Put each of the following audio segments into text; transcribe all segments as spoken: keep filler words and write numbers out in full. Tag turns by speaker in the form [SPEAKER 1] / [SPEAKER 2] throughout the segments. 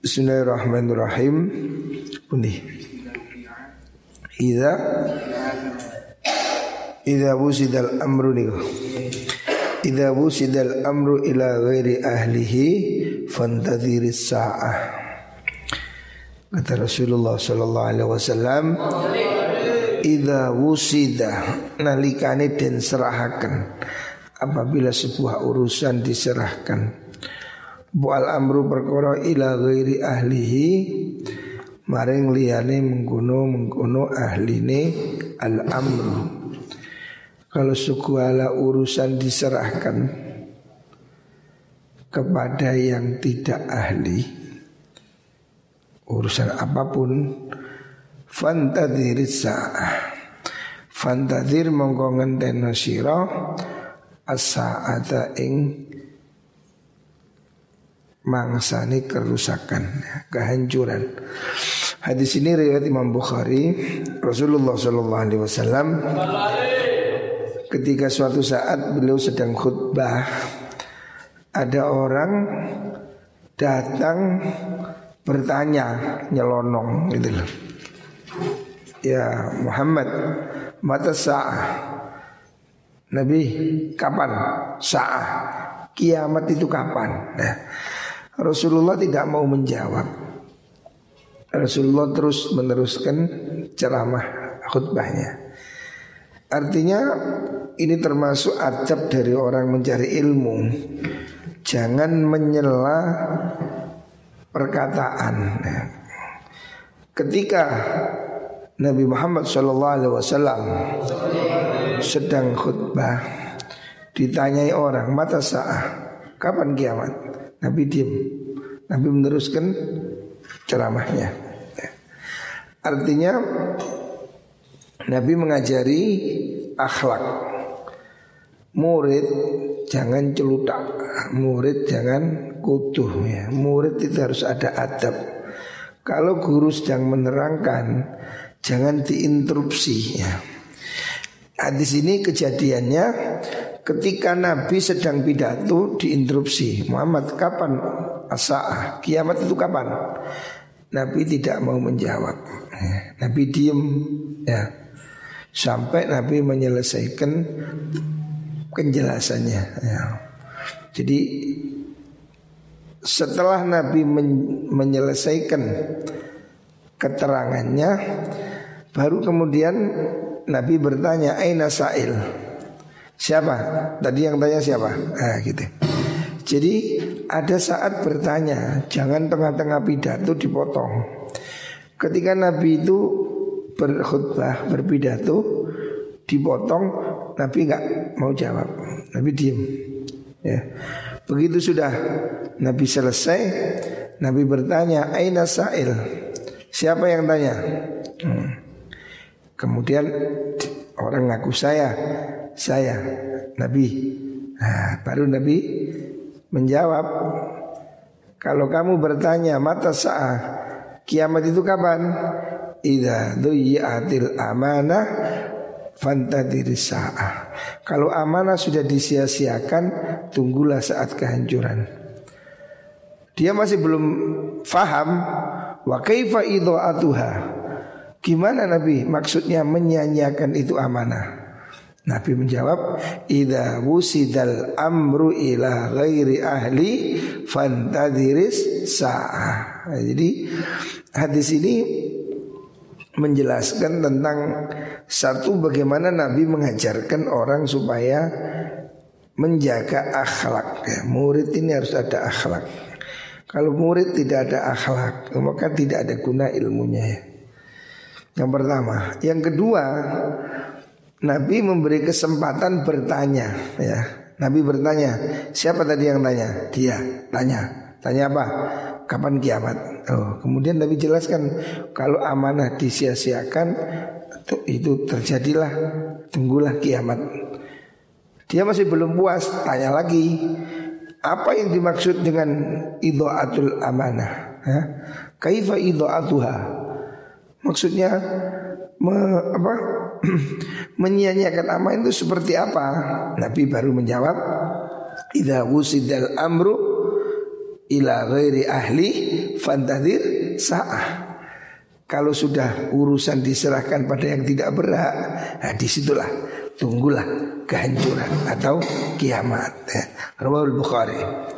[SPEAKER 1] Bismillahirrahmanirrahim. Pundi. Idza Idza wusidal amru niku. Idza wusidal amru ila ghairi ahlihi fantadhiris sa'ah. Kata Rasulullah sallallahu alaihi wasallam, idza wusida nalikane den serahaken, apabila sebuah urusan diserahkan bu'al amru perkara ila ghairi ahlihi maring liyane mengkono mengkono ahline al amru. Kalau segala urusan diserahkan kepada yang tidak ahli, urusan apapun, fantadhir sa'ah, fantadhir mongko ngenteno sira as-sa'ata ing mangsane kerusakan, kehancuran. Hadis ini riwayat Imam Bukhari. Rasulullah sallallahu alaihi wasallam ketika suatu saat beliau sedang khutbah, ada orang datang bertanya nyelonong gitu loh. Ya Muhammad, mata sa'ah. Nabi, kapan sa'ah? Kiamat itu kapan? Nah, Rasulullah tidak mau menjawab. Rasulullah terus meneruskan ceramah khutbahnya. Artinya ini termasuk adab dari orang mencari ilmu. Jangan menyela perkataan. Ketika Nabi Muhammad shallallahu alaihi wasallam sedang khutbah, ditanyai orang, mata sa'ah, kapan kiamat? Nabi diam. Nabi meneruskan ceramahnya. Artinya Nabi mengajari akhlak. Murid jangan celutak, murid jangan kutuh ya. Murid itu harus ada adab. Kalau guru sedang menerangkan, jangan diinterupsi ya. Hadis ini kejadiannya ketika Nabi sedang pidato diinterupsi. Muhammad, kapan as-sa'ah? Kiamat itu kapan? Nabi tidak mau menjawab. Nabi diem ya. Sampai Nabi menyelesaikan penjelasannya ya. Jadi setelah Nabi men- menyelesaikan keterangannya, baru kemudian Nabi bertanya, aina sa'il? Siapa? Tadi yang tanya siapa? Nah, gitu. Jadi ada saat bertanya, jangan tengah-tengah pidato dipotong. Ketika Nabi itu berkhutbah, berpidato, dipotong, Nabi nggak mau jawab, Nabi diem. Ya. Begitu sudah Nabi selesai, Nabi bertanya, aina sa'il? Siapa yang tanya? Hmm. Kemudian orang ngaku saya, saya Nabi. Nah, baru Nabi menjawab, kalau kamu bertanya mata sa'ah, kiamat itu kapan? Idza duyi'atil amanah fantadhiris sa'ah. Kalau amanah sudah disia-siakan, tunggulah saat kehancuran. Dia masih belum faham wa kaifa idha'atuha. Gimana Nabi maksudnya menyanyiakan itu amanah? Nabi menjawab, idza wusidal amru ila ghairi ahli fantadhiris sa'ah. Nah, jadi hadis ini menjelaskan tentang satu, bagaimana Nabi mengajarkan orang supaya menjaga akhlak ya. Murid ini harus ada akhlak. Kalau murid tidak ada akhlak, maka tidak ada guna ilmunya ya. Yang pertama. Yang kedua, Nabi memberi kesempatan bertanya ya. Nabi bertanya, siapa tadi yang tanya? Dia tanya. Tanya apa? Kapan kiamat? Oh, kemudian Nabi jelaskan, kalau amanah disia-siakan, itu terjadilah, tunggulah kiamat. Dia masih belum puas, tanya lagi, apa yang dimaksud dengan idha'atul amanah? Ya? Kaifa idha'atuha? Maksudnya me, apa? menyia-nyiakan amanah itu seperti apa? Nabi baru menjawab, idza wusidal amru ila ghairi ahli fantadir sa'ah. Kalau sudah urusan diserahkan pada yang tidak berhak, nah disitulah tunggulah kehancuran atau kiamat. Rawahul Bukhari.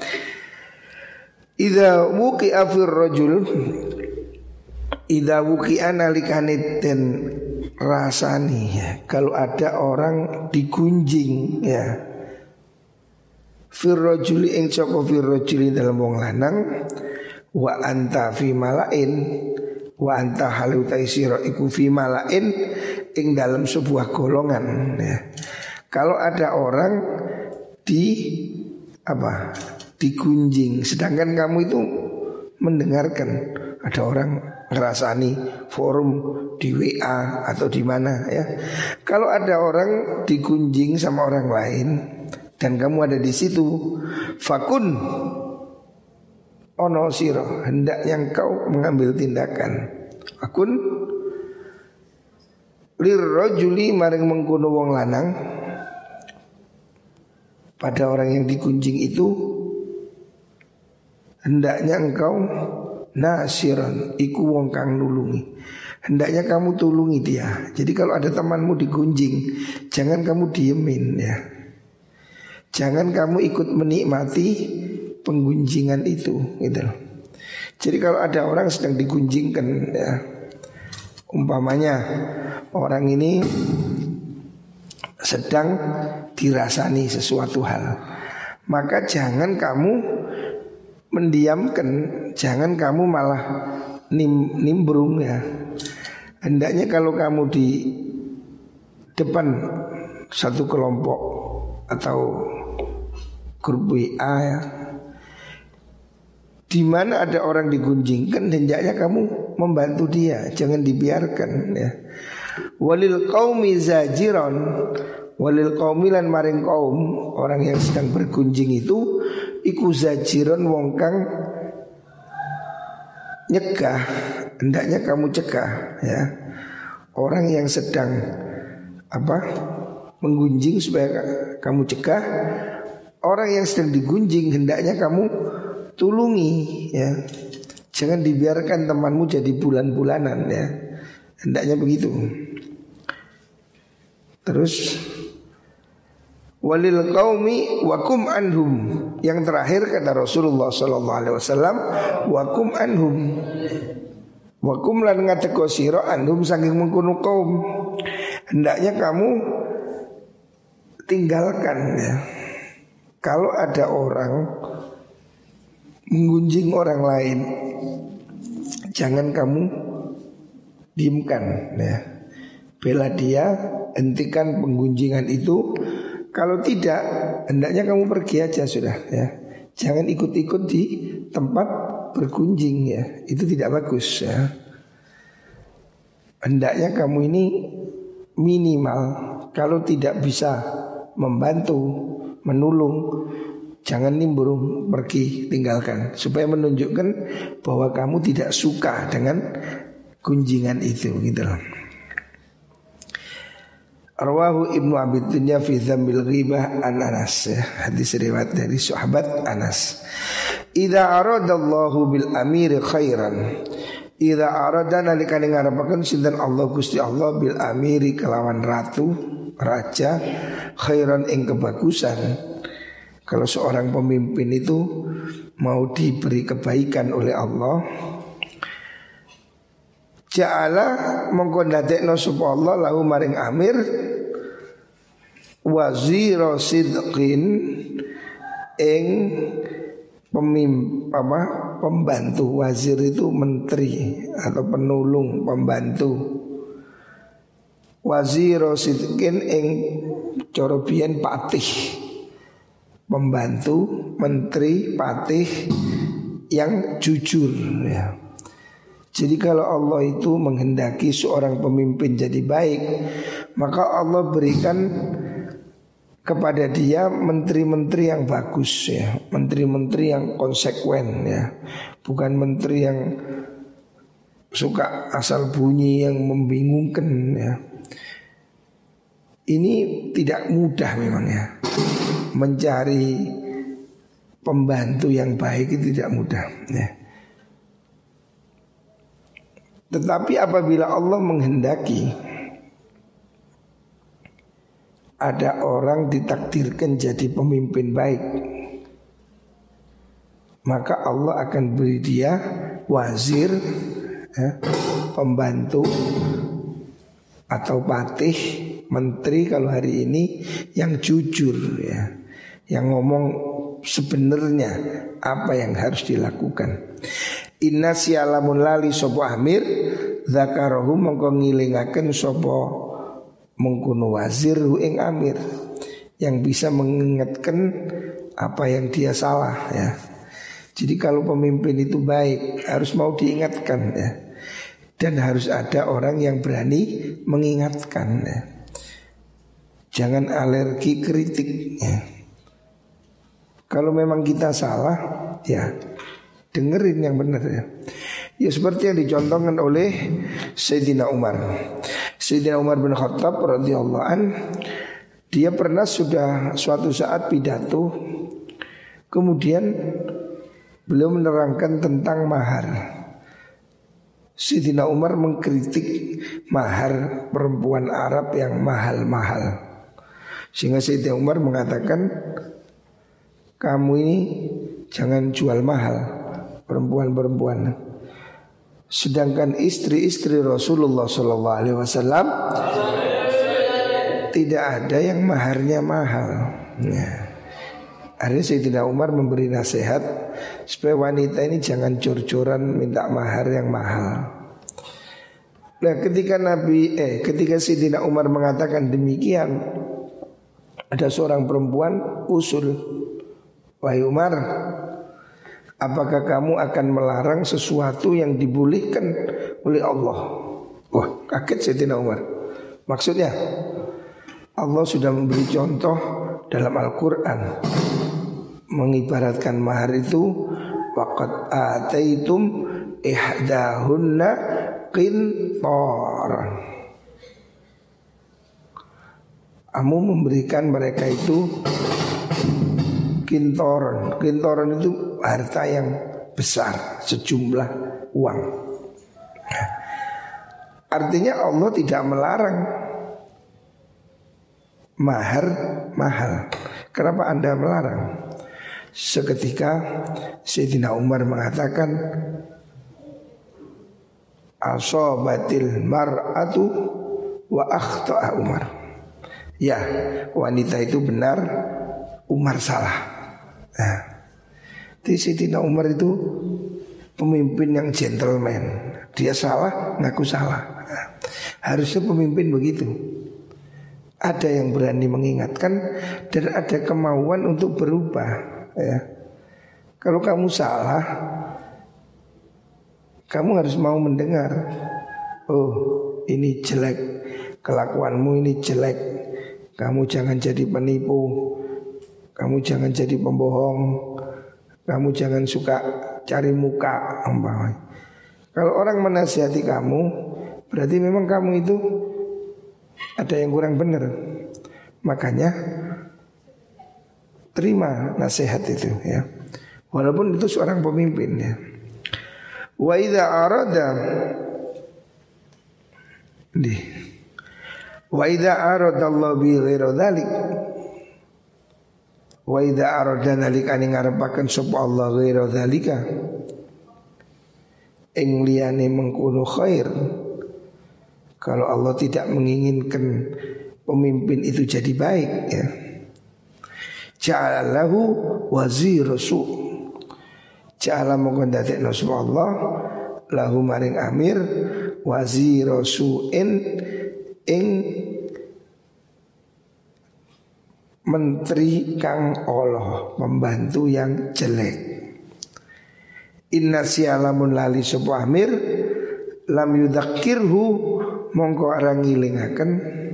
[SPEAKER 1] Idza wuqi'a fir rajul, idza wuqi'a nalikane den rasani ya, kalau ada orang digunjing ya, fir rajuli ing sapa fir rajuli dalam wong lanang, wa anta fi malain, wa anta halu taisira iku fi malain ing dalam sebuah golongan ya. Kalau ada orang di apa digunjing, sedangkan kamu itu mendengarkan ada orang ngerasani forum di W A atau di mana ya. Kalau ada orang digunjing sama orang lain dan kamu ada di situ, fakun ono siro, hendaknya engkau mengambil tindakan. Akun lirrajuli maring mengkono wong lanang pada orang yang digunjing itu, hendaknya engkau nasiran iku wong kang nulungi, hendaknya kamu tulungi dia. Jadi kalau ada temanmu digunjing, jangan kamu diemin ya. Jangan kamu ikut menikmati penggunjingan itu gitu. Jadi kalau ada orang sedang digunjingkan ya, umpamanya orang ini sedang dirasani sesuatu hal, maka jangan kamu mendiamkan, jangan kamu malah nim, nimbrung ya. Hendaknya kalau kamu di depan satu kelompok atau grup W A ya, di mana ada orang digunjingkan, hendaknya kamu membantu dia, jangan dibiarkan ya. Walil qaumi zajiron, walil qaumi lan maring kaum orang yang sedang bergunjing itu, iku zajiron wong kang nyegah, hendaknya kamu cegah ya. Orang yang sedang apa menggunjing supaya kamu cegah. Orang yang sedang digunjing hendaknya kamu tulungi ya. Jangan dibiarkan temanmu jadi bulan-bulanan ya. Hendaknya begitu. Terus walil qaumi wakum anhum, yang terakhir kata Rasulullah sallallahu alaihi wasallam, wakum anhum, wakum lan ngateko sira anhum saking mengkono kaum, hendaknya kamu tinggalkan ya. Kalau ada orang menggunjing orang lain, jangan kamu diamkan ya. Bela dia, hentikan penggunjingan itu. Kalau tidak, hendaknya kamu pergi aja sudah ya. Jangan ikut-ikut di tempat bergunjing ya. Itu tidak bagus ya. Hendaknya kamu ini minimal, kalau tidak bisa membantu, menolong, jangan nimbrung, pergi, tinggalkan, supaya menunjukkan bahwa kamu tidak suka dengan gunjingan itu gitu loh. Rawahu Ibnu Abi Dunya fi Dzambil Ghibah an Anas ya. Hadis riwayat dari sahabat Anas. Idza aradallahu bil amiri khairan, idza arada nalikane ngarepaken sinten Allah Gusti Allah bil amiri kelawan ratu, raja, khairan ing kebagusan. Kalau seorang pemimpin itu mau diberi kebaikan oleh Allah, ja'ala mongko ndadekno sapa Allah lahu maring amir wazira sidqin ing pemimpin apa pembantu. Wazir itu menteri atau penolong, pembantu. Wazira sidqin ing cara biyen patih, pembantu, menteri, patih yang jujur ya. Jadi kalau Allah itu menghendaki seorang pemimpin jadi baik, maka Allah berikan kepada dia menteri-menteri yang bagus ya, menteri-menteri yang konsekuen ya, bukan menteri yang suka asal bunyi yang membingungkan ya. Ini tidak mudah memang ya, mencari pembantu yang baik itu tidak mudah ya. Tetapi apabila Allah menghendaki ada orang ditakdirkan jadi pemimpin baik, maka Allah akan beri dia wazir, ya, pembantu atau patih, menteri kalau hari ini yang jujur, ya, yang ngomong sebenarnya apa yang harus dilakukan. Inna sialamun lali sopo amir zakarahu mongko ngilingaken sopo mengkuno wazir hu ing amir, yang bisa mengingatkan apa yang dia salah, ya. Jadi kalau pemimpin itu baik harus mau diingatkan, ya. Dan harus ada orang yang berani mengingatkan, ya. Jangan alergi kritik, ya. Kalau memang kita salah, ya dengerin yang benar, ya. Ya seperti yang dicontohkan oleh Sayyidina Umar. Sayyidina Umar bin Khattab radhiyallahu an, dia pernah sudah suatu saat pidato, kemudian beliau menerangkan tentang mahar. Sayyidina Umar mengkritik mahar perempuan Arab yang mahal-mahal, sehingga Sayyidina Umar mengatakan, kamu ini jangan jual mahal perempuan-perempuan. Sedangkan istri-istri Rasulullah shallallahu alaihi wasallam tidak ada yang maharnya mahal. Nah, akhirnya Sayyidina Umar memberi nasihat supaya wanita ini jangan jor-joran minta mahar yang mahal. Nah, ketika Nabi eh ketika Sayyidina Umar mengatakan demikian, ada seorang perempuan usul, wahai Umar, apakah kamu akan melarang sesuatu yang dibolehkan oleh Allah? Wah, kaget Sayyidina Umar. Maksudnya Allah sudah memberi contoh dalam Al-Quran, mengibaratkan mahar itu waqad ataitum ihdahunna qintaran. Kamu memberikan mereka itu kintoron. Kintoron itu harta yang besar, sejumlah uang. Artinya Allah tidak melarang mahar mahal. Kenapa Anda melarang? Seketika Sayyidina Umar mengatakan, asobatil mar'atu wa akhta'a Umar. Ya, wanita itu benar, Umar salah. Nah, Sayyidina Umar itu pemimpin yang gentleman. Dia salah, ngaku salah. Nah, harusnya pemimpin begitu. Ada yang berani mengingatkan dan ada kemauan untuk berubah, ya. Kalau kamu salah, kamu harus mau mendengar, oh ini jelek, kelakuanmu ini jelek, kamu jangan jadi penipu, kamu jangan jadi pembohong, kamu jangan suka cari muka. Kalau orang menasihati kamu, berarti memang kamu itu ada yang kurang benar. Makanya terima nasihat itu, ya. Walaupun itu seorang pemimpin, ya. Wa idza arada di Wa idza arada Allah bi ghairi dzalik, wa idza arada nalika ning ngarepaken sapa Allah ghairi dzalika ing liyane mengkono khair. Kalau Allah tidak menginginkan pemimpin itu jadi baik, ya, ja'alahu wazir su', ja'ala mongko dadekno sapa Allah lahu maring amir wazir su'in ing menteri kang Allah, pembantu yang jelek. Inna sialamun lali sapa amir lam yudzakirhu mongko arang ngilingaken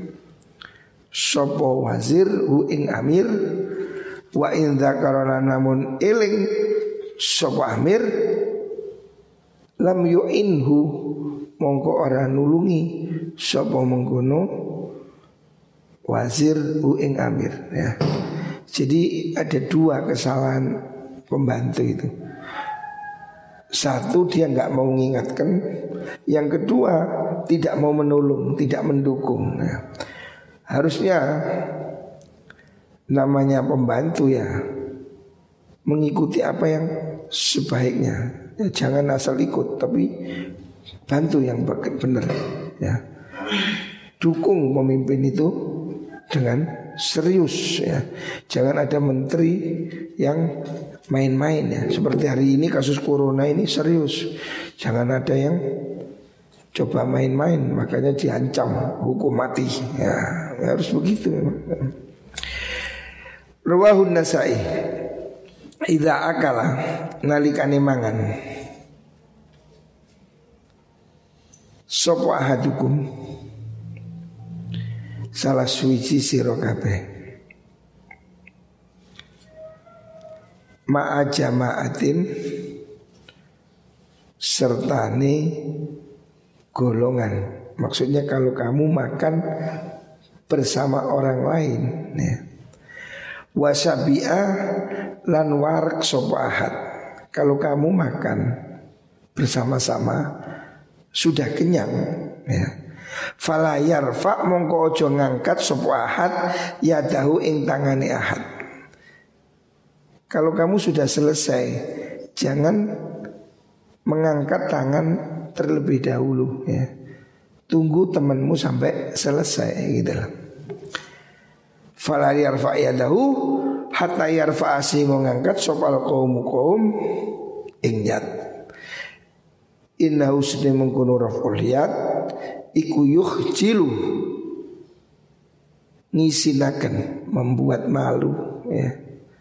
[SPEAKER 1] sapa wazir hu ing amir, wa in dzakarana namun eling sapa amir lam yu'inhu mongko ora nulungi sapa mengkono wazir hu ing amir, ya. Jadi ada dua kesalahan pembantu itu. Satu, dia nggak mau mengingatkan. Yang kedua, tidak mau menolong, tidak mendukung. Nah, harusnya namanya pembantu ya mengikuti apa yang sebaiknya. Ya, jangan asal ikut, tapi bantu yang benar. Ya, dukung pemimpin itu dengan serius ya. Jangan ada menteri yang main-main ya. Seperti hari ini kasus corona ini serius. Jangan ada yang coba main-main, makanya diancam hukum mati. Ya, harus begitu memang. Rawahun Nasa'i, idza akala nalikane mangan sapa ahadukum salah suci sira kabeh ma'a jama'atin sertane golongan. Maksudnya kalau kamu makan bersama orang lain ya. Wasabi'a lan warak sapa ahad. Kalau kamu makan bersama-sama sudah kenyang ya. Fala yarfa mongko aja ngangkat sapa ahad yadahu ing tangane ahad. Kalau kamu sudah selesai, jangan mengangkat tangan terlebih dahulu ya. Tunggu temanmu sampai selesai gitu loh. Fala yarfa yadahu hatta yarfa asing ngangkat sapa qaum qaum ing yad. Innahu sunni mengkono raf'ul yad iku yukhjilu ngisinaken membuat malu ya.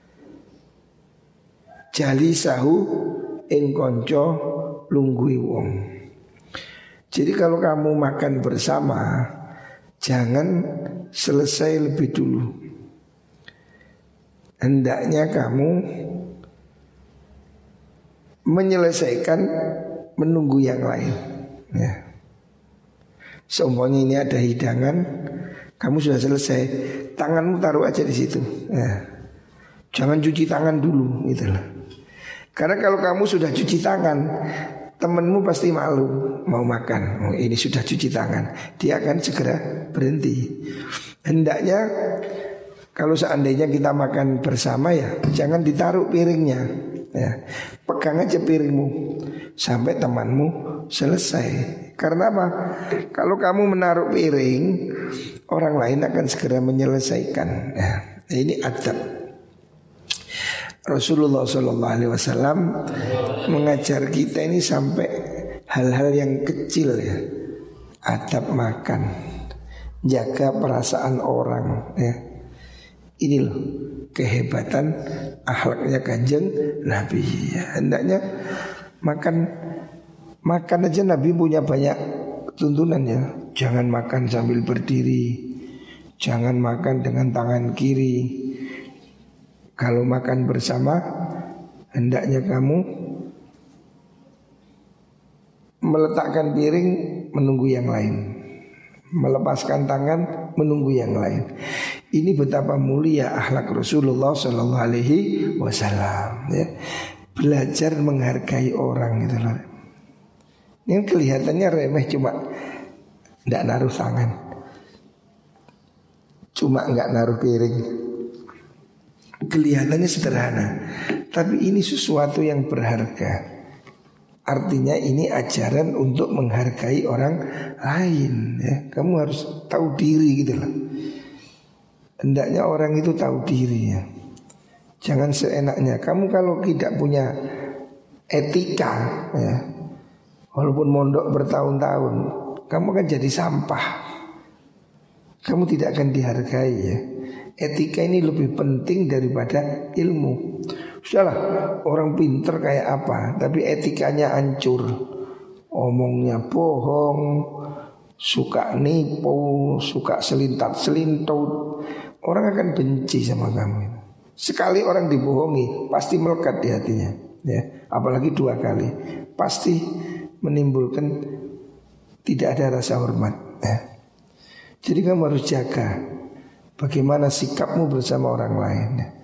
[SPEAKER 1] Jali sahu ing konco lunggui wong. Jadi kalau kamu makan bersama, jangan selesai lebih dulu. Hendaknya kamu menyelesaikan menunggu yang lain ya. Seumpamanya ini ada hidangan, kamu sudah selesai, tanganmu taruh aja di situ ya. Jangan cuci tangan dulu gitu loh. Karena kalau kamu sudah cuci tangan, temanmu pasti malu mau makan. Oh, ini sudah cuci tangan, dia akan segera berhenti. Hendaknya kalau seandainya kita makan bersama ya, jangan ditaruh piringnya ya. Pegang aja piringmu sampai temanmu selesai. Karena apa? Kalau kamu menaruh piring, orang lain akan segera menyelesaikan ya. Ini adab. Rasulullah shallallahu alaihi wasallam mengajar kita ini sampai hal-hal yang kecil ya. Adab makan, jaga perasaan orang ya. Ini loh kehebatan akhlaknya kanjeng Nabi ya. Hendaknya makan makan aja Nabi punya banyak tuntunan ya. Jangan makan sambil berdiri, jangan makan dengan tangan kiri. Kalau makan bersama, hendaknya kamu meletakkan piring menunggu yang lain, melepaskan tangan menunggu yang lain. Ini betapa mulia akhlak Rasulullah Shallallahu Alaihi Wasallam. Ya. Belajar menghargai orang gitu loh. Ini kelihatannya remeh, cuma tidak naruh tangan, cuma nggak naruh piring. Kelihatannya sederhana, tapi ini sesuatu yang berharga. Artinya ini ajaran untuk menghargai orang lain ya. Kamu harus tahu diri gitu loh. Hendaknya orang itu tahu diri ya. Jangan seenaknya. Kamu kalau tidak punya etika ya, walaupun mondok bertahun-tahun, kamu akan jadi sampah. Kamu tidak akan dihargai ya. Etika ini lebih penting daripada ilmu. Sudahlah, orang pinter kayak apa, tapi etikanya hancur, omongnya bohong, suka nipu, suka selintat-selintut, orang akan benci sama kamu. Sekali orang dibohongi, pasti melekat di hatinya ya. Apalagi dua kali, pasti menimbulkan tidak ada rasa hormat ya. Jadi kamu harus jaga bagaimana sikapmu bersama orang lain.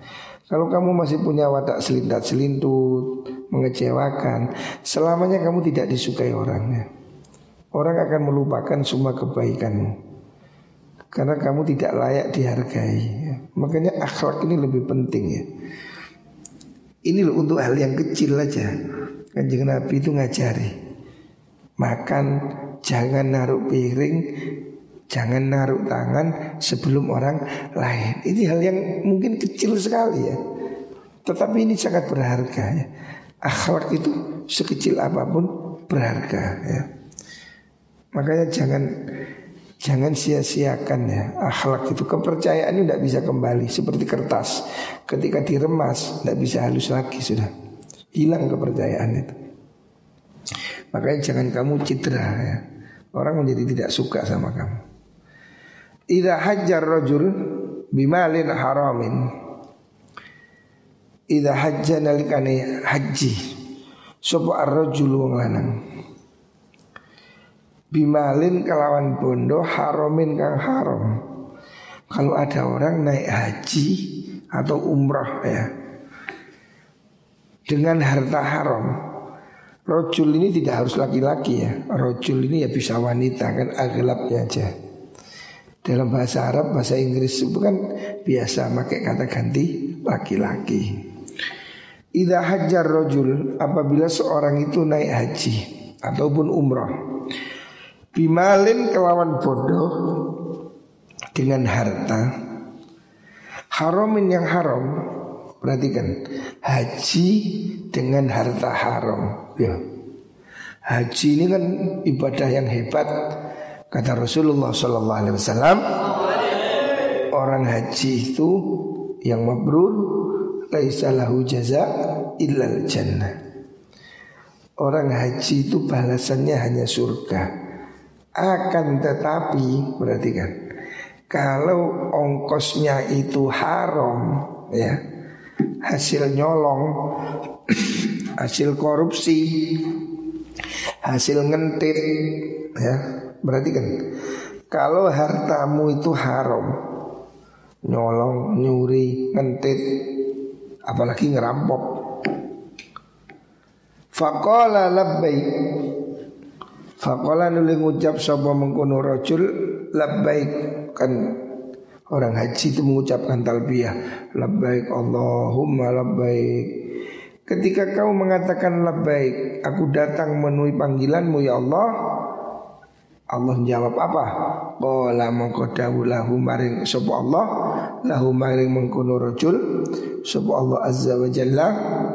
[SPEAKER 1] Kalau kamu masih punya watak selintat-selintut, mengecewakan, selamanya kamu tidak disukai orangnya. Orang akan melupakan semua kebaikanmu karena kamu tidak layak dihargai ya. Makanya akhlak ini lebih penting ya. Ini loh untuk hal yang kecil aja. Kanjeng Nabi itu ngajari, makan jangan naruh piring, jangan naruh tangan sebelum orang lain. Ini hal yang mungkin kecil sekali ya, tetapi ini sangat berharga ya. Akhlak itu sekecil apapun berharga ya. Makanya jangan jangan sia-siakan ya. Akhlak itu, kepercayaan ini tidak bisa kembali. Seperti kertas, ketika diremas tidak bisa halus lagi, sudah hilang kepercayaan itu. Makanya jangan kamu citra ya. Orang menjadi tidak suka sama kamu. Idza hajjar rajul bimalin haramin, idza hajja nalikane haji sapa ar-rajul wong lanang bimalin kelawan bondo haramin kang haram. Kalau ada orang naik haji atau umrah ya dengan harta haram, rojul ini tidak harus laki-laki ya. Rojul ini ya bisa wanita, kan aglabnya aja. Dalam bahasa Arab, bahasa Inggris itu kan biasa pakai kata ganti laki-laki. Idza hajjar rojul, apabila seorang itu naik haji ataupun umrah, bimalin kelawan bodoh dengan harta haramin yang haram. Perhatikan, haji dengan harta haram ya. Haji ini kan ibadah yang hebat. Kata Rasulullah shallallahu alaihi wasallam, orang haji itu yang mabrur laisa lahu jaza illal jannah. Orang haji itu balasannya hanya surga. Akan tetapi, perhatikan, kalau ongkosnya itu haram ya, hasil nyolong, hasil korupsi, hasil ngentit ya. Berarti kan kalau hartamu itu haram, nyolong, nyuri, ngentit, apalagi ngerampok, faqala labbaik, faqala nuli ngucap sapa mengkono rajul labbaik. Kan orang haji itu mengucapkan talbiyah, labbaik Allahumma labbaik. Ketika kau mengatakan labbaik, aku datang memenuhi panggilanmu ya Allah, Allah jawab apa? Qala mongko dawuh lahu maring sapa Allah, lahu maring mengkono rajul sapa Allah azza wa jalla,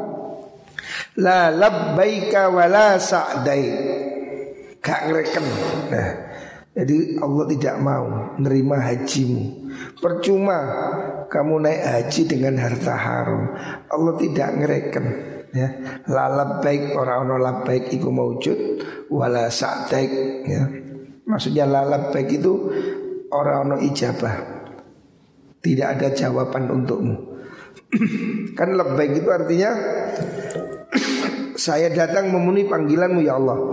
[SPEAKER 1] la labbaika wala sa'dai, gak ngreken. Nah, jadi Allah tidak mau nerima hajimu. Percuma kamu naik haji dengan harta haram, Allah tidak ngereken ya. La labbaik, ora ono labbaik iku maujud, wala sa'daik ya. Maksudnya la labbaik itu ora ono ijabah, tidak ada jawaban untukmu. Kan labbaik itu artinya saya datang memenuhi panggilanmu ya Allah.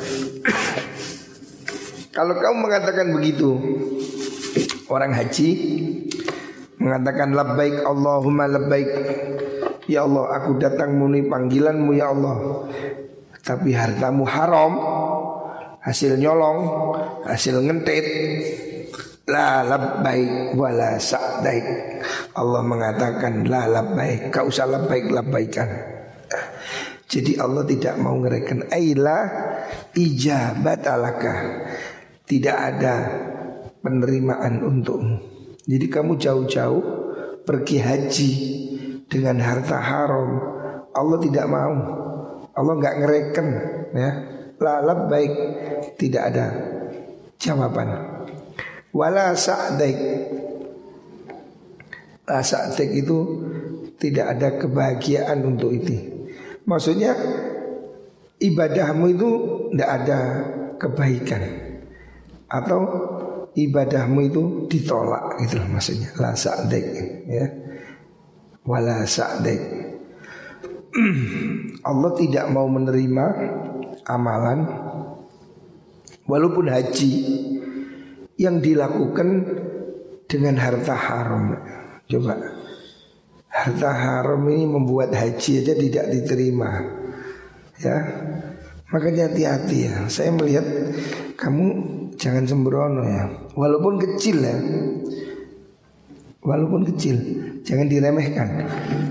[SPEAKER 1] Kalau kamu mengatakan begitu, orang haji mengatakan labbaik Allahumma labbaik, ya Allah aku datang memenuhi panggilanmu ya Allah, tapi hartamu haram, hasil nyolong, hasil ngentit, la labbaik wala sa'daik. Allah mengatakan la labbaik, kau usah labbaik labbaikan. Jadi Allah tidak mau ngereken, aila ijabatalaka, tidak ada penerimaan untukmu. Jadi kamu jauh-jauh pergi haji dengan harta haram, Allah tidak mau, Allah nggak ngereken ya. La labbaik, tidak ada jawaban. Wala sa'daik, la sa'daik itu tidak ada kebahagiaan untuk itu. Maksudnya ibadahmu itu tidak ada kebaikan, atau ibadahmu itu ditolak, gitu loh maksudnya. La sa'daik ya. Wala sa'daik. Allah tidak mau menerima amalan walaupun haji yang dilakukan dengan harta haram. Coba, harta haram ini membuat haji aja tidak diterima. Ya, makanya hati-hati ya. Saya melihat kamu jangan sembrono ya. Walaupun kecil ya, walaupun kecil, jangan diremehkan.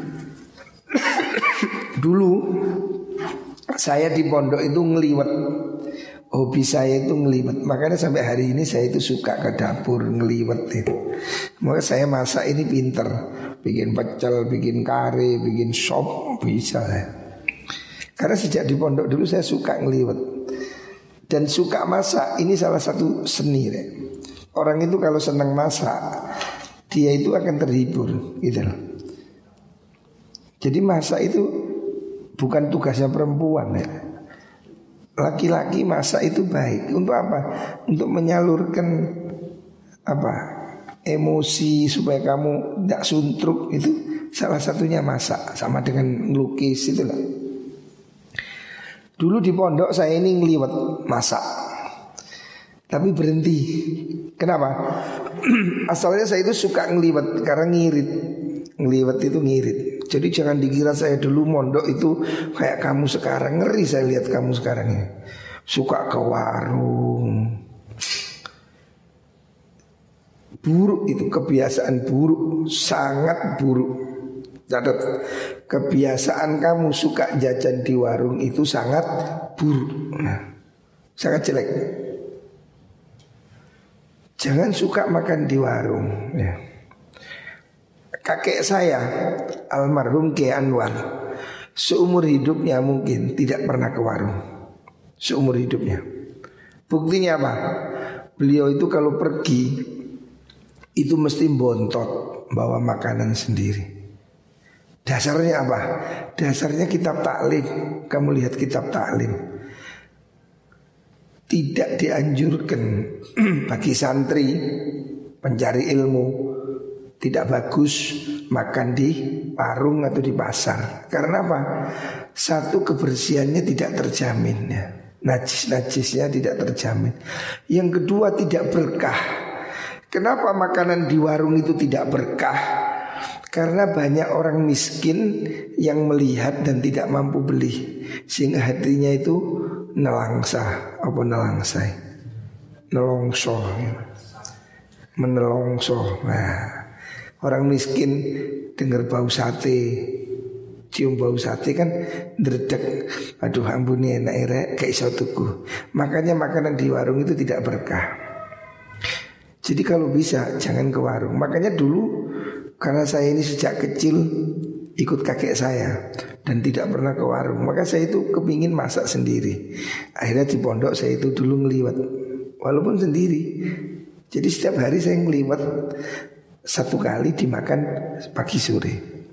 [SPEAKER 1] Dulu saya di pondok itu ngeliwet. Hobi saya itu ngeliwet. Makanya sampai hari ini saya itu suka ke dapur ngeliwet itu. Maka saya masak ini pinter. Bikin pecel, bikin kare, bikin sop bisa ya. Karena sejak di pondok dulu saya suka ngeliwet. Dan suka masak ini salah satu seni ya. Orang itu kalau senang masak, dia itu akan terhibur gitu loh. Jadi masak itu bukan tugasnya perempuan ya. Laki-laki masak itu baik. Untuk apa? Untuk menyalurkan apa? Emosi supaya kamu tidak suntruk, itu salah satunya masak. Sama dengan melukis itu lah. Dulu di pondok saya ini ngeliwet masak, tapi berhenti. Kenapa? Asalnya saya itu suka ngeliwet karena ngirit. Ngeliwet itu ngirit. Jadi jangan dikira saya dulu mondok itu kayak kamu sekarang. Ngeri saya lihat kamu sekarang ini. Suka ke warung. Buruk itu, kebiasaan buruk. Sangat buruk. Catat, kebiasaan kamu suka jajan di warung itu sangat buruk. Nah, sangat jelek. Jangan suka makan di warung ya. Kakek saya almarhum Ki Anwar seumur hidupnya mungkin tidak pernah ke warung. Seumur hidupnya. Buktinya apa? Beliau itu kalau pergi itu mesti bontot bawa makanan sendiri. Dasarnya apa? Dasarnya kitab taklim. Kamu lihat kitab taklim. Tidak dianjurkan bagi santri pencari ilmu, tidak bagus makan di warung atau di pasar. Karena apa? Satu, kebersihannya tidak terjamin ya. Najis-najisnya tidak terjamin. Yang kedua, tidak berkah. Kenapa makanan di warung itu tidak berkah? Karena banyak orang miskin yang melihat dan tidak mampu beli, sehingga hatinya itu nelangsa. Apa nelangsai? Nelongso. Menelongso. Nah, orang miskin dengar bau sate, cium bau sate kan dredeg. Aduh ampuni enak erek gak iso tuku. Makanya makanan di warung itu tidak berkah. Jadi kalau bisa jangan ke warung. Makanya dulu karena saya ini sejak kecil ikut kakek saya dan tidak pernah ke warung, maka saya itu kepingin masak sendiri. Akhirnya di pondok saya itu dulu ngeliwat, walaupun sendiri. Jadi setiap hari saya ngeliwat satu kali dimakan pagi sore.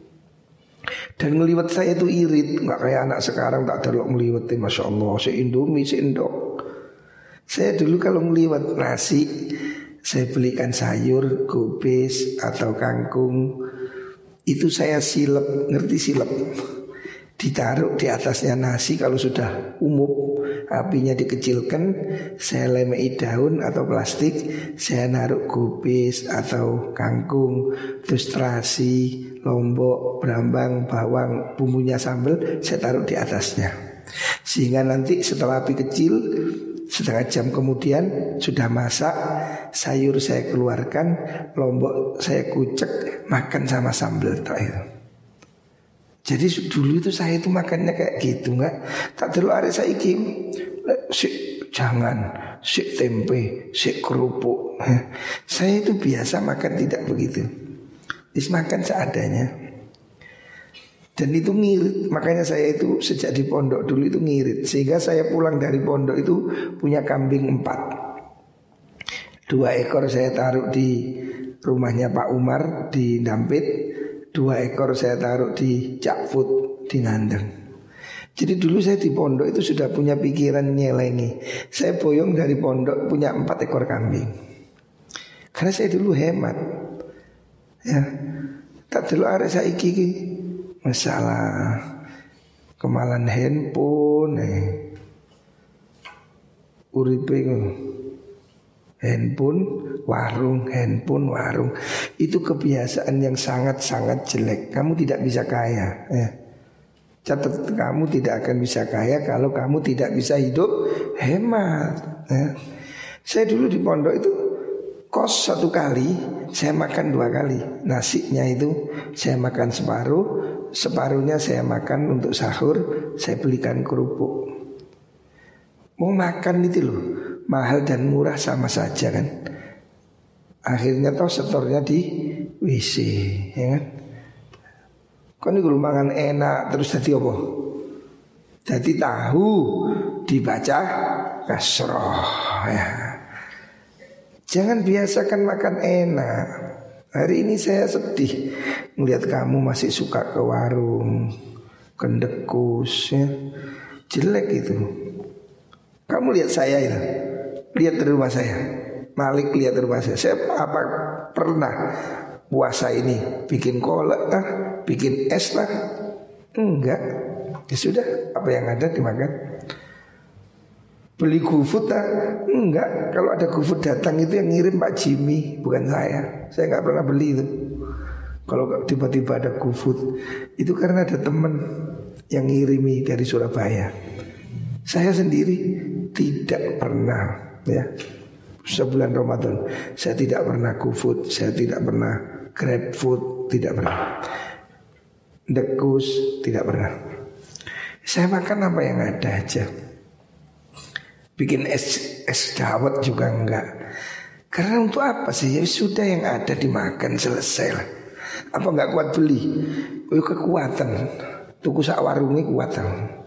[SPEAKER 1] Dan ngeliwat saya itu irit, nggak kayak anak sekarang tak delok ngeliwat, masya Allah, si Indomie, si Indok. Saya dulu kalau ngeliwat nasi, saya belikan sayur, kubis atau kangkung. Itu saya silep, ngerti silep? Ditaruh di atasnya nasi kalau sudah umum, apinya dikecilkan, saya lemei daun atau plastik, saya naruh kubis atau kangkung, terus terasi, lombok, brambang, bawang, bumbunya sambal, saya taruh di atasnya. Sehingga nanti setelah api kecil, setengah jam kemudian sudah masak, sayur saya keluarkan, lombok saya kucek, makan sama sambal itu. Jadi dulu itu saya itu makannya kayak gitu, nggak tak terlalu ada saya ikim, si jangan, si tempe, si kerupuk. Saya itu biasa makan tidak begitu, is makan seadanya. Dan itu ngirit. Makanya saya itu sejak di pondok dulu itu ngirit. Sehingga saya pulang dari pondok itu punya kambing empat. Dua ekor saya taruh di rumahnya Pak Umar di Dampit. Dua ekor saya taruh di Cakfut di Ngandeng. Jadi dulu saya di pondok itu sudah punya pikiran nyelengi. Saya boyong dari pondok punya empat ekor kambing. Karena saya dulu hemat. Ya, tak dulu ada saya iki masalah kemalan handphone eh. Uripe Handphone, warung, handphone, warung. Itu kebiasaan yang sangat-sangat jelek. Kamu tidak bisa kaya ya. Catat, kamu tidak akan bisa kaya kalau kamu tidak bisa hidup hemat ya. Saya dulu di pondok itu kos satu kali, saya makan dua kali. Nasinya itu saya makan separuh, separuhnya saya makan untuk sahur. Saya belikan kerupuk. Mau makan itu loh, mahal dan murah sama saja kan. Akhirnya toh setornya di W C ya kan. Kan ini makan enak terus jadi apa? Jadi tahu dibaca kasroh ya. Jangan biasakan makan enak. Hari ini saya sedih melihat kamu masih suka ke warung, kendekus ya. Jelek itu. Kamu lihat saya ya, lihat di rumah saya. Malik lihat di rumah saya. Saya apa pernah puasa ini bikin kolak lah, bikin es lah? Enggak. Ya sudah, apa yang ada dimakan. Beli GoFood lah? Enggak. Kalau ada GoFood datang itu yang ngirim Pak Jimmy, bukan saya. Saya nggak pernah beli itu. Kalau tiba-tiba ada GoFood, itu karena ada teman yang ngirimi dari Surabaya. Saya sendiri tidak pernah ya. Sebulan Ramadan saya tidak pernah GoFood, saya tidak pernah GrabFood, tidak pernah Dekus, tidak pernah. Saya makan apa yang ada aja. Bikin es es dawet juga enggak. Karena untuk apa sih? Ya sudah yang ada dimakan selesai lah. Apa enggak kuat beli? Oh, kekuatan. Tuku sak warungnya kuatan.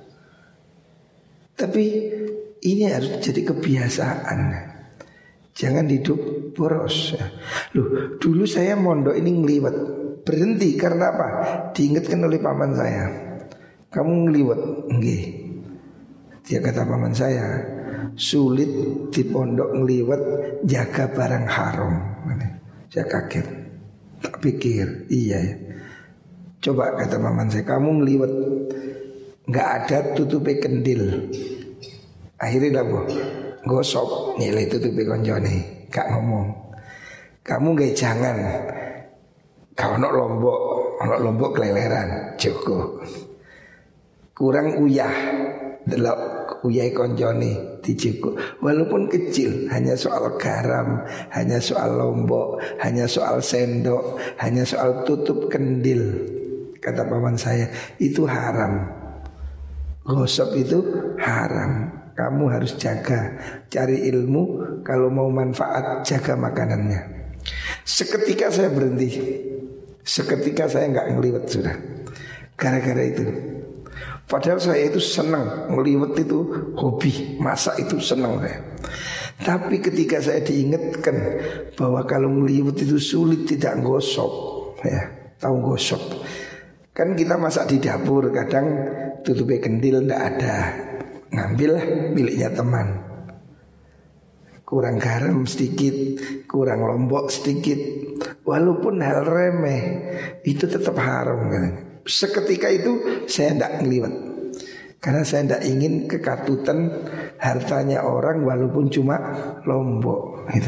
[SPEAKER 1] Tapi ini harus jadi kebiasaan. Jangan hidup boros. Loh, dulu saya mondok ini ngeliwat. Berhenti karena apa? Diingatkan oleh paman saya. Kamu ngeliwat? Nggih. Dia kata paman saya, sulit di pondok ngeliwat jaga barang haram. Saya kaget. Tak pikir, iya ya. Coba kata paman saya, kamu ngeliwat nggak ada tutupi kendil. Akhirnya apa? Gosok nilai tutupi konjone. Gak ngomong. Kamu gak jangan. Kau nok lombok, nok lombok keleleran, cukup. Kurang uyah, delok uyah konjone dicukup. Walaupun kecil, hanya soal garam, hanya soal lombok, hanya soal sendok, hanya soal tutup kendil. Kata paman saya, itu haram. Gosok itu haram. Kamu harus jaga, cari ilmu. Kalau mau manfaat, jaga makanannya. Seketika saya berhenti. Seketika saya nggak ngeliwat sudah. Gara-gara itu. Padahal saya itu senang ngeliwat, itu hobi. Masak itu senang saya. Tapi ketika saya diingatkan bahwa kalau ngeliwat itu sulit, tidak gosok ya, tahu gosok. Kan kita masak di dapur, kadang tutupi kendil ndak ada, ngambil miliknya teman. Kurang garam sedikit, kurang lombok sedikit, walaupun hal remeh, itu tetap haram kan. Seketika itu saya tidak ngeliwat, karena saya tidak ingin kekatutan hartanya orang walaupun cuma lombok gitu.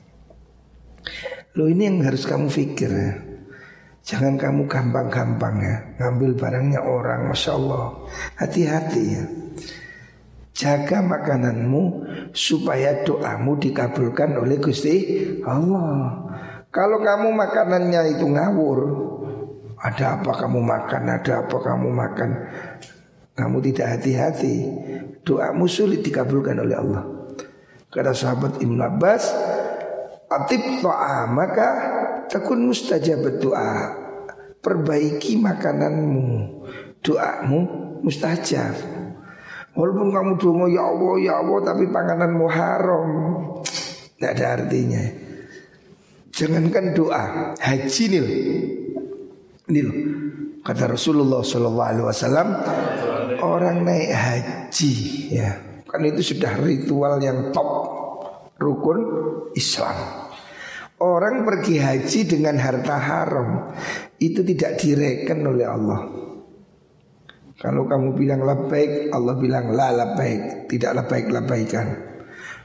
[SPEAKER 1] Lo ini yang harus kamu pikir ya. Jangan kamu gampang-gampang ya ngambil barangnya orang. Masya Allah, hati-hati ya. Jaga makananmu supaya doamu dikabulkan oleh Gusti Allah. Kalau kamu makanannya itu ngawur, ada apa kamu makan, ada apa kamu makan, kamu tidak hati-hati, doamu sulit dikabulkan oleh Allah. Kata sahabat Ibnu Abbas, atib ta'amaka takun mustajab doa. Perbaiki makananmu, doamu mustajab. Walaupun kamu dongo ya Allah ya Allah, tapi pangananmu haram, tidak ada artinya. Jangankan doa, haji nih, nih kata Rasulullah Shallallahu Alaihi Wasallam, orang naik haji ya, kan itu sudah ritual yang top, rukun Islam. Orang pergi haji dengan harta haram, itu tidak direken oleh Allah. Kalau kamu bilang labbaik, Allah bilang la labbaik, tidak labbaik labbaikan.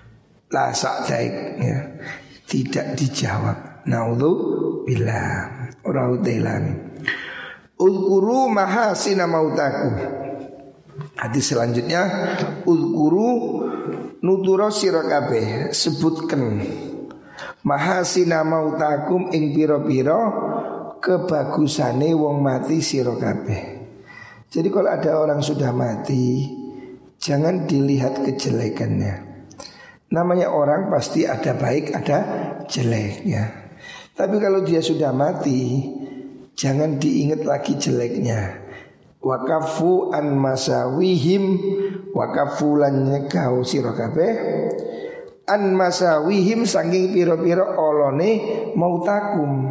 [SPEAKER 1] La sa'daik ya. Tidak dijawab. Naudzubillah. Rahu Dailami. Udhkuru mahasina mautakum. Hadis selanjutnya, udhkuru nuturo sira kabeh, sebutkan mahasina mautakum ing pira-pira kebagusane wong mati sira kabeh. Jadi kalau ada orang sudah mati, jangan dilihat kejelekannya. Namanya orang pasti ada baik, ada jeleknya. Tapi kalau dia sudah mati, jangan diingat lagi jeleknya. Wakafu an masawihim, wakafu lan nyegah sira kabeh an masawihim saking pira-pira olone mautakum.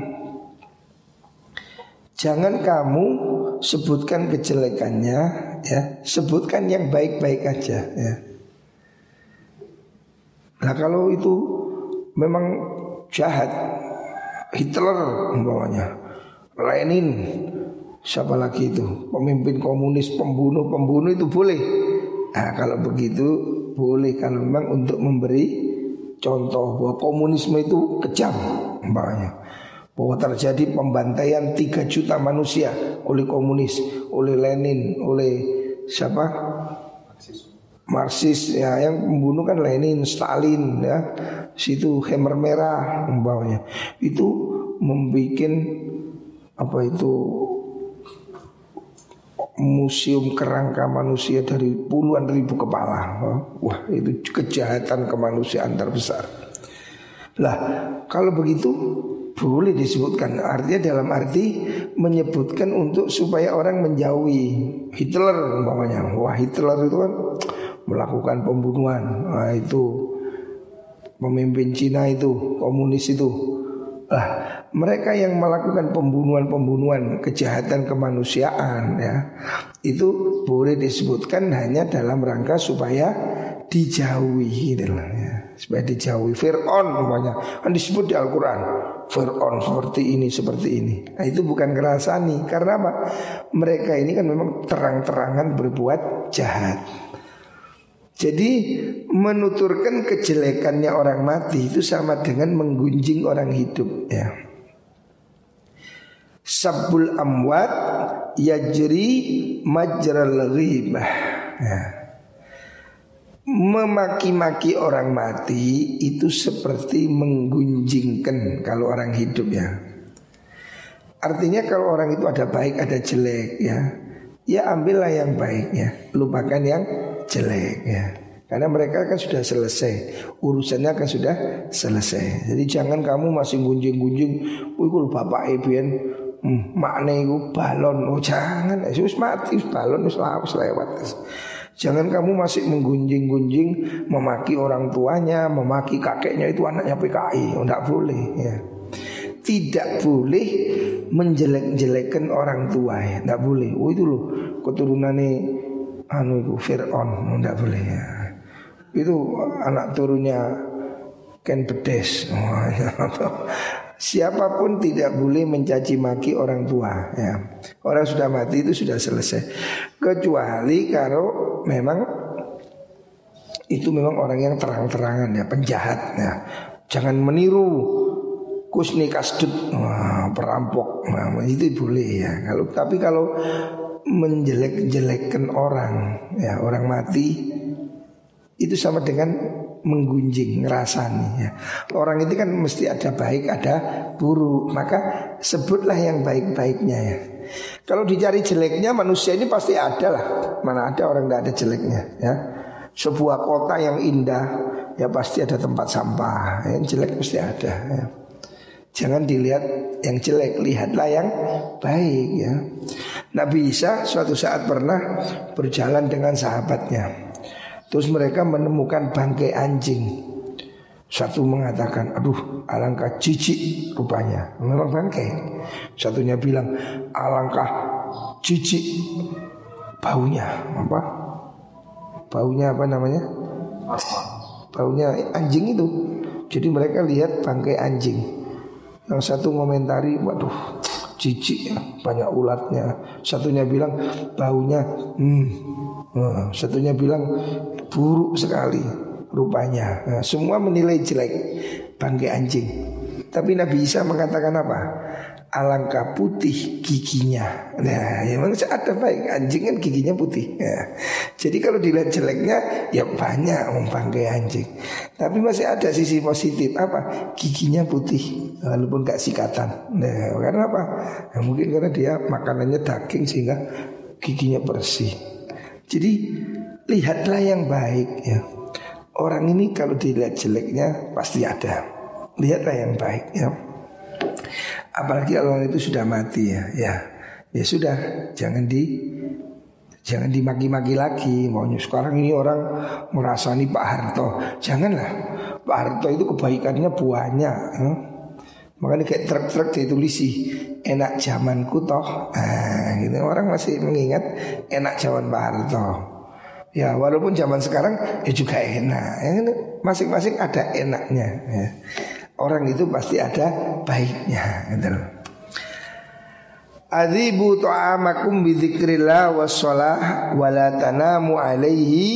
[SPEAKER 1] Jangan kamu sebutkan kejelekannya ya, sebutkan yang baik-baik aja ya. Nah kalau itu memang jahat, Hitler umpamanya, Lenin, siapa lagi itu, pemimpin komunis, pembunuh-pembunuh itu boleh. Nah kalau begitu boleh, kalau memang untuk memberi contoh bahwa komunisme itu kejam umpamanya, bahwa terjadi pembantaian tiga juta manusia oleh komunis, oleh Lenin, oleh siapa? Marxis ya, yang membunuh kan Lenin, Stalin ya. Situ Khmer merah umpamanya. Itu membuat apa itu museum kerangka manusia dari puluhan ribu kepala. Wah, itu kejahatan kemanusiaan terbesar. Lah, kalau begitu boleh disebutkan, artinya dalam arti menyebutkan untuk supaya orang menjauhi Hitler umpamanya. Wah, Hitler itu kan melakukan pembunuhan. Nah, itu pemimpin Cina itu, komunis itu. Nah, mereka yang melakukan pembunuhan-pembunuhan, kejahatan kemanusiaan ya, itu boleh disebutkan hanya dalam rangka supaya dijauhi gitu ya. Supaya dijauhi. Fir'aun umpamanya kan disebut di Al-Quran, Fir'aun seperti ini, seperti ini. Nah, itu bukan ngerasani. Karena apa? Mereka ini kan memang terang-terangan berbuat jahat. Jadi menuturkan kejelekannya orang mati itu sama dengan menggunjing orang hidup ya. Sabbul amwat yajri majral ghibah ya. Memaki-maki orang mati itu seperti menggunjingkan kalau orang hidup ya. Artinya kalau orang itu ada baik ada jelek ya, ya ambillah yang baiknya, lupakan yang jelek ya. Karena mereka kan sudah selesai, urusannya kan sudah selesai. Jadi jangan kamu masih gunjing-gunjing, wih kul bapak Eben hmm, makne iku balon. Oh jangan, wis mati wis balon wis lewat. Jangan kamu masih menggunjing-gunjing, memaki orang tuanya, memaki kakeknya itu anaknya P K I. Oh enggak boleh ya. Tidak boleh menjelek-jelekan orang tua ya, enggak boleh. Oh itu loh keturunannya anu itu Fir'aun, enggak boleh ya. Itu anak turunnya Ken Bedes. Siapapun tidak boleh mencaci maki orang tua ya. Orang sudah mati itu sudah selesai. Kecuali kalau memang itu memang orang yang terang-terangan ya, penjahat ya. Jangan meniru Kusni Kasdut, wah, perampok. Nah, itu boleh ya. Kalau tapi kalau menjelek-jelekkan orang ya, orang mati itu sama dengan menggunjing, ngerasani ya. Orang itu kan mesti ada baik, ada buruk. Maka sebutlah yang baik-baiknya ya. Kalau dicari jeleknya manusia ini pasti ada lah. Mana ada orang tidak ada jeleknya ya. Sebuah kota yang indah ya pasti ada tempat sampah. Yang jelek pasti ada ya. Jangan dilihat yang jelek, lihatlah yang baik ya. Nabi Isa suatu saat pernah berjalan dengan sahabatnya. Terus mereka menemukan bangkai anjing. Satu mengatakan, aduh alangkah jijik rupanya. Memang bangkai. Satunya bilang, alangkah jijik baunya. Apa? Baunya apa namanya? Baunya anjing itu. Jadi mereka lihat bangkai anjing. Yang satu ngomentari, waduh jijik ya, banyak ulatnya. Satunya bilang baunya hmm. Nah, satunya bilang buruk sekali, rupanya. Nah, semua menilai jelek bangkai anjing. Tapi Nabi Isa mengatakan apa? Alangkah putih giginya. Nah, ya memang ada baik. Anjing kan giginya putih ya. Jadi kalau dilihat jeleknya, ya banyak bangkai anjing. Tapi masih ada sisi positif. Apa? Giginya putih, walaupun gak sikatan. Nah, karena apa? Ya, mungkin karena dia makanannya daging sehingga giginya bersih. Jadi lihatlah yang baik ya. Orang ini kalau dilihat jeleknya pasti ada. Lihatlah yang baik ya. Apalagi orang itu sudah mati ya, ya, ya sudah, jangan di, jangan dimaki-maki lagi. Maunya sekarang ini orang merasani Pak Harto, janganlah. Pak Harto itu kebaikannya banyak. Ya. Makanya kayak truk-truk ditulisi enak zamanku toh. Nah, gitu orang masih mengingat enak zaman Pak Harto. Ya walaupun zaman sekarang ya juga enak. Ya, masing-masing ada enaknya. Ya. Orang itu pasti ada baiknya gitu. Adzibu ta'amakum bi dzikrillah wassalah wa la tanamu alaihi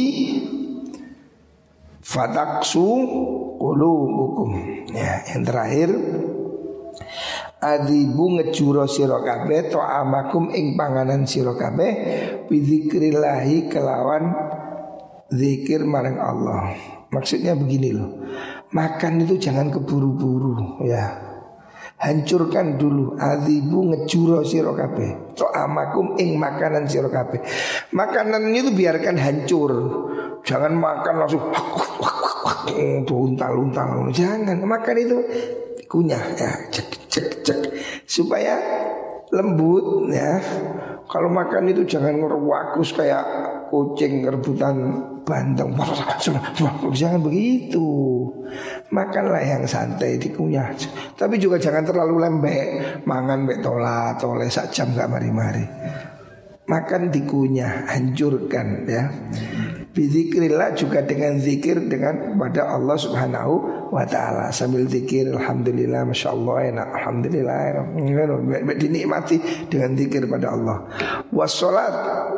[SPEAKER 1] fataksu qulubukum. Ya, yang terakhir adzibu ngejuro sira kabeh ta'amakum ing panganan sira kabeh bi dzikrillah kelawan zikir marang Allah. Maksudnya begini loh. Makan itu jangan keburu-buru ya. Hancurkan dulu. Adzibu ngejuro sira kabeh ta'amakum ing makanan sira kabeh. Makanan itu biarkan hancur. Jangan makan langsung untal-untal. Jangan. Makan itu kunyah ya, cek cek cek supaya lembut ya. Kalau makan itu jangan ngerwakus kayak kucing rebutan bandeng. Jangan begitu. Makanlah yang santai dikunyah. Tapi juga jangan terlalu lembek. Mangan mek tola tole sak jam gak mari-mari. Makan dikunyah, hancurkan ya. Bizikrillah juga dengan zikir dengan pada Allah Subhanahu wa taala. Sambil zikir alhamdulillah masyaallah enak alhamdulillah enak. Dinikmati dengan zikir pada Allah. Wassalat.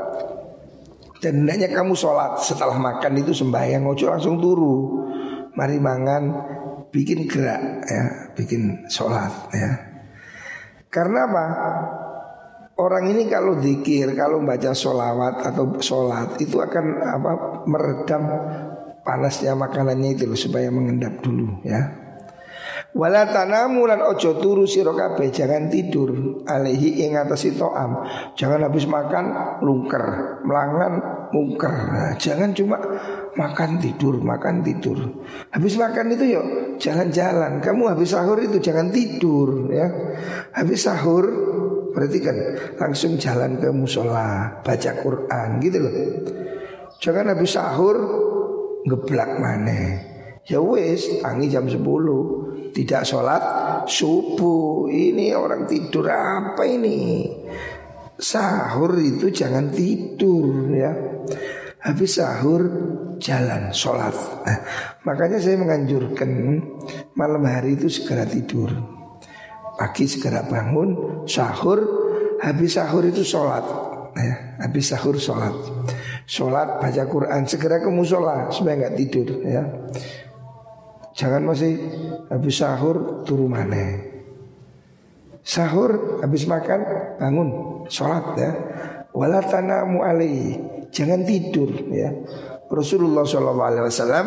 [SPEAKER 1] Dan hendaknya kamu sholat setelah makan itu sembahyang, ojo langsung turu. Mari mangan, bikin gerak ya, bikin sholat ya. Karena apa? Orang ini kalau zikir, kalau baca sholawat atau sholat itu akan apa? Meredam panasnya makanannya itu loh, supaya mengendap dulu ya. Wala tanamu lan ojo turu sira kabeh, jangan tidur alaihi ing atase to'am. Jangan habis makan lungker, melangan mungker. Nah, jangan cuma makan tidur, makan tidur. Habis makan itu yuk jalan-jalan. Kamu habis sahur itu jangan tidur ya. Habis sahur berarti kan langsung jalan ke musola, baca Quran gitu loh. Jangan habis sahur ngeblak maneh. Ya wis, tangi jam sepuluh tidak sholat subuh. Ini orang tidur apa ini? Sahur itu jangan tidur ya. Habis sahur jalan sholat. Nah, makanya saya menganjurkan malam hari itu segera tidur. Pagi segera bangun, sahur. Habis sahur itu sholat ya. Habis sahur sholat, sholat baca Quran, segera ke musola supaya nggak tidur ya. Jangan masih habis sahur turu maneh. Sahur habis makan bangun sholat ya. Wala tanamu alaihi, jangan tidur ya. Rasulullah shallallahu alaihi wasallam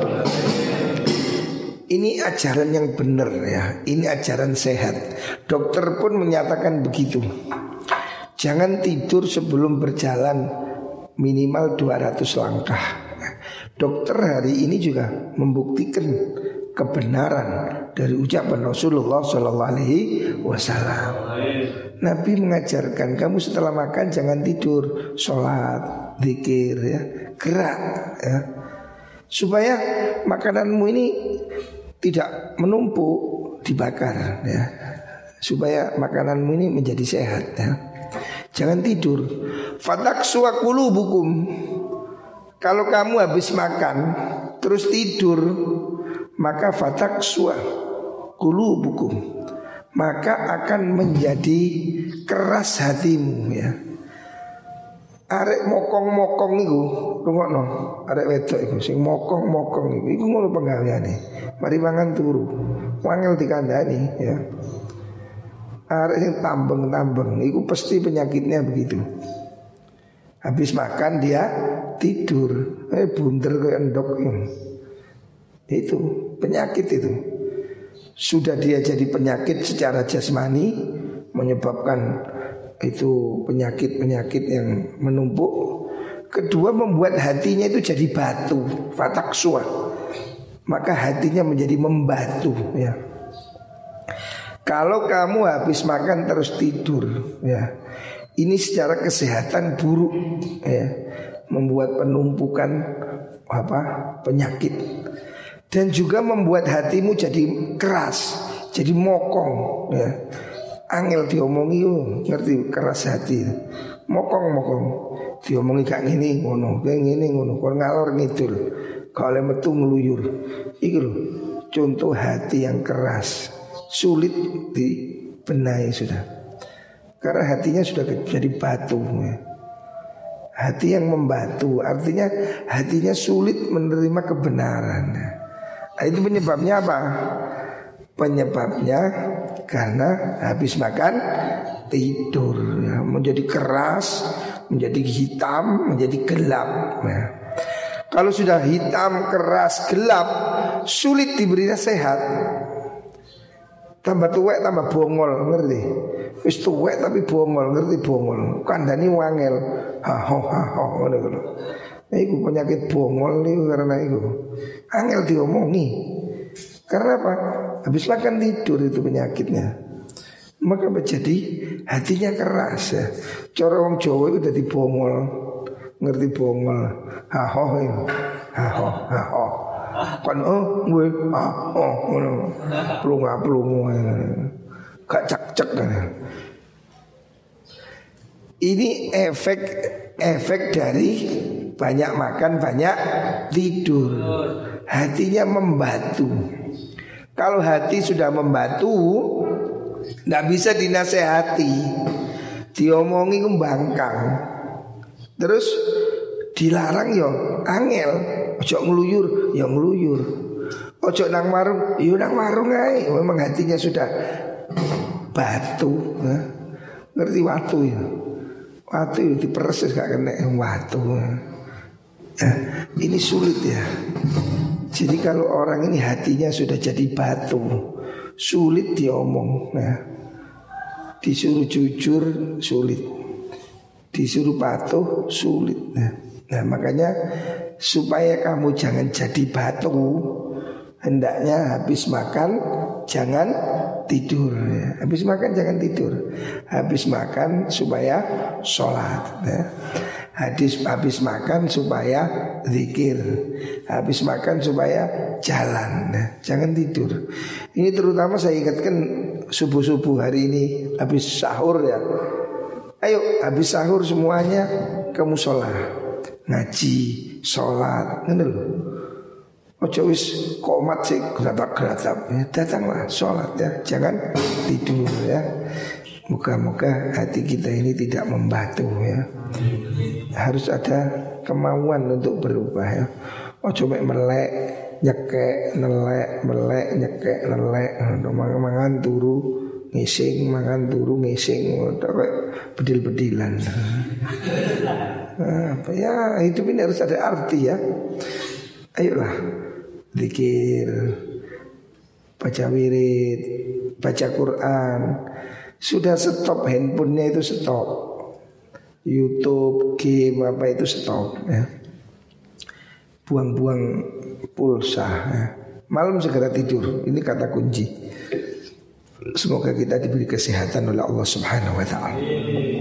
[SPEAKER 1] ini ajaran yang benar ya. Ini ajaran sehat. Dokter pun menyatakan begitu. Jangan tidur sebelum berjalan minimal dua ratus langkah. Dokter hari ini juga membuktikan kebenaran dari ucapan Rasulullah shallallahu alaihi wasallam. Nabi mengajarkan kamu setelah makan jangan tidur, sholat, zikir ya, gerak ya, supaya makananmu ini tidak menumpuk, dibakar ya, supaya makananmu ini menjadi sehat ya. Jangan tidur. Fataksu qulubukum. Kalau kamu habis makan terus tidur, maka fataksu qulubukum, maka akan menjadi keras hatimu ya. arek mokong-mokong iku, rungokno, arek wedok iku sing mokong-mokong iku, iku ngono penggaweane. Mari mangan turu. Wangel dikandani ya. Arek sing tambeng-tambeng iku pasti penyakitnya begitu. Habis makan dia tidur, eh bunder kayak endok ini. Itu penyakit itu. Sudah dia jadi penyakit secara jasmani, menyebabkan itu penyakit-penyakit yang menumpuk. Kedua, membuat hatinya itu jadi batu, fataksua. Maka hatinya menjadi membatu ya. Kalau kamu habis makan terus tidur ya, ini secara kesehatan buruk ya, membuat penumpukan apa penyakit. Dan juga membuat hatimu jadi keras, jadi mokong ya. Angel diomongi ngerti keras hati. Mokong-mokong diomongi gak ngene ngono, gak ngene ngono, kok ngalor ngidul. Kalau metu ngeluyur. Iki lho, contoh hati yang keras, sulit dibenahi sudah. Karena hatinya sudah jadi batu ya. Hati yang membatu, artinya hatinya sulit menerima kebenaran. Nah, itu penyebabnya apa? Penyebabnya karena habis makan tidur ya, menjadi keras, menjadi hitam, menjadi gelap ya. Kalau sudah hitam, keras, gelap, sulit diberi nasihat. Tambah tuwek tambah bongol, ngerti? Wis tuwek tapi bongol, ngerti bongol? Kandhani wangel. Ha ho ha ho ngono lho. Iku penyakit bongol niku karena iku. Angel diomongi. Karena apa? Habis makan tidur itu penyakitnya. Maka menjadi hatinya keras ya. Cara wong Jawa itu dadi bongol. Ngerti bongol. Ha ho ha ho ha ho. Kan oh gue ah oh ngono. Plunga-plungu. Gak cek-cek kan. Ini efek efek dari banyak makan, banyak tidur. Hatinya membatu. Kalau hati sudah membatu, tidak bisa dinasehati, diomongi kembangkang, terus dilarang yo angel, ojo ngeluyur, yo ngeluyur, ojo nang warung, yo nang warung ae. Memang hatinya sudah batu, ya. Ngerti watu ya? Watu itu diperes gak kena watu. Ya, ini sulit ya. Jadi kalau orang ini hatinya sudah jadi batu, sulit diomong ya. Disuruh jujur sulit, disuruh patuh sulit ya. Nah makanya supaya kamu jangan jadi batu, hendaknya habis makan jangan tidur ya. Habis makan jangan tidur. Habis makan supaya sholat ya. Hadis habis makan supaya zikir. Habis makan supaya jalan ya. Jangan tidur. Ini terutama saya ingatkan subuh-subuh hari ini, habis sahur ya. Ayo habis sahur semuanya ke mushola, ngaji, sholat. Ini loh. Ojo wis komat sih geratap-geratap ya, datanglah sholat ya. Jangan tidur ya. Moga-moga hati kita ini tidak membatu ya. Harus ada kemauan untuk berubah ya. Ojo mek melek, nyekek, nelek, melek, nyekek, nelek. Mangan turu, ngising, mangan turu, ngising. Kayak bedil-bedilan. Nah, apa ya, hidup ini harus ada arti ya. Ayolah, zikir, baca wirid, baca Quran. Sudah stop handphonenya itu stop, YouTube, game apa itu stop ya. Buang-buang pulsa ya. Malam segera tidur. Ini kata kunci. Semoga kita diberi kesehatan oleh Allah Subhanahu wa taala.